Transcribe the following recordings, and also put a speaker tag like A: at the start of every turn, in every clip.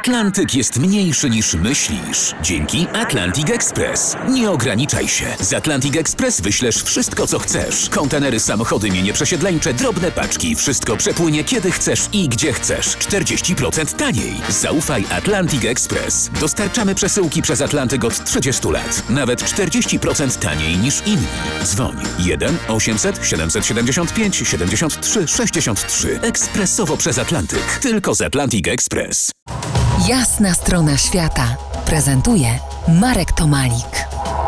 A: Atlantyk jest mniejszy niż myślisz. Dzięki Atlantic Express. Nie ograniczaj się. Z Atlantic Express wyślesz wszystko, co chcesz. Kontenery, samochody, mienie przesiedleńcze, drobne paczki. Wszystko przepłynie kiedy chcesz i gdzie chcesz. 40% taniej. Zaufaj Atlantic Express. Dostarczamy przesyłki przez Atlantyk od 30 lat. Nawet 40% taniej niż inni. Dzwoń 1 800 775 73 63. Ekspresowo przez Atlantyk. Tylko z Atlantic Express.
B: Jasna strona świata prezentuje Marek Tomalik.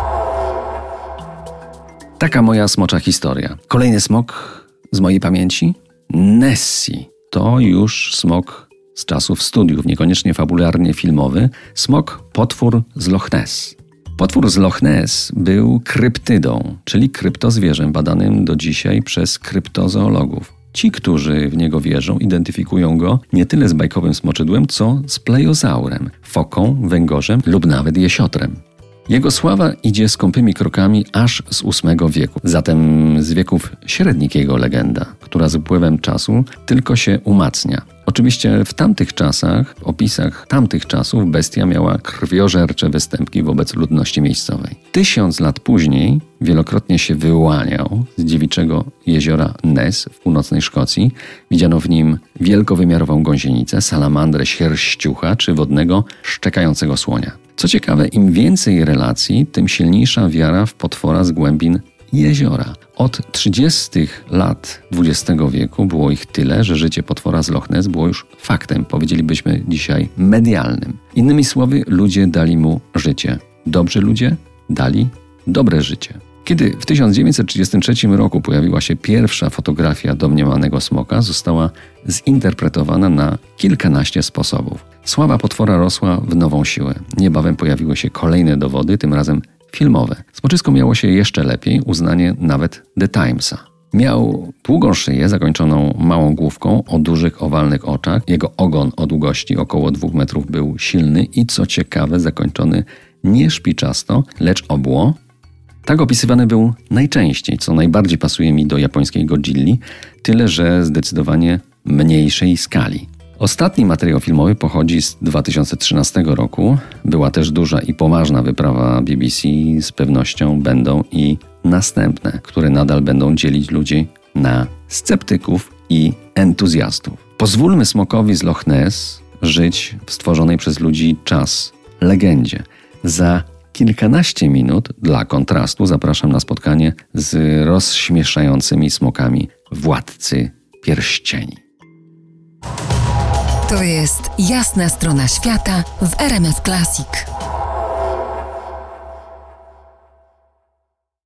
C: Taka moja smocza historia. Kolejny smok z mojej pamięci? Nessie. To już smok z czasów studiów, niekoniecznie fabularnie filmowy. Smok potwór z Loch Ness. Potwór z Loch Ness był kryptydą, czyli kryptozwierzem badanym do dzisiaj przez kryptozoologów. Ci, którzy w niego wierzą, identyfikują go nie tyle z bajkowym smoczydłem, co z plejozaurem, foką, węgorzem lub nawet jesiotrem. Jego sława idzie skąpymi krokami aż z VIII wieku. Zatem z wieków średnich jego legenda, która z upływem czasu tylko się umacnia. Oczywiście w tamtych czasach, w opisach tamtych czasów bestia miała krwiożercze występki wobec ludności miejscowej. 1000 lat później wielokrotnie się wyłaniał z dziewiczego jeziora Ness w północnej Szkocji. Widziano w nim wielkowymiarową gąsienicę, salamandrę sierściucha czy wodnego szczekającego słonia. Co ciekawe, im więcej relacji, tym silniejsza wiara w potwora z głębin jeziora. Od 30 lat XX wieku było ich tyle, że życie potwora z Loch Ness było już faktem, powiedzielibyśmy dzisiaj medialnym. Innymi słowy, ludzie dali mu życie. Dobrzy ludzie dali dobre życie. Kiedy w 1933 roku pojawiła się pierwsza fotografia domniemanego smoka, została zinterpretowana na kilkanaście sposobów. Sława potwora rosła w nową siłę. Niebawem pojawiły się kolejne dowody, tym razem filmowe. Smoczysko miało się jeszcze lepiej, uznanie nawet The Timesa. Miał długą szyję zakończoną małą główką o dużych, owalnych oczach. Jego ogon o długości około 2 metrów był silny i co ciekawe zakończony nie szpiczasto, lecz obło. Tak opisywany był najczęściej, co najbardziej pasuje mi do japońskiej Godzilli, tyle że zdecydowanie mniejszej skali. Ostatni materiał filmowy pochodzi z 2013 roku. Była też duża i poważna wyprawa BBC, z pewnością będą i następne, które nadal będą dzielić ludzi na sceptyków i entuzjastów. Pozwólmy smokowi z Loch Ness żyć w stworzonej przez ludzi legendzie. Za kilkanaście minut dla kontrastu zapraszam na spotkanie z rozśmieszającymi smokami Władcy Pierścieni.
B: To jest Jasna strona świata w RMF Classic.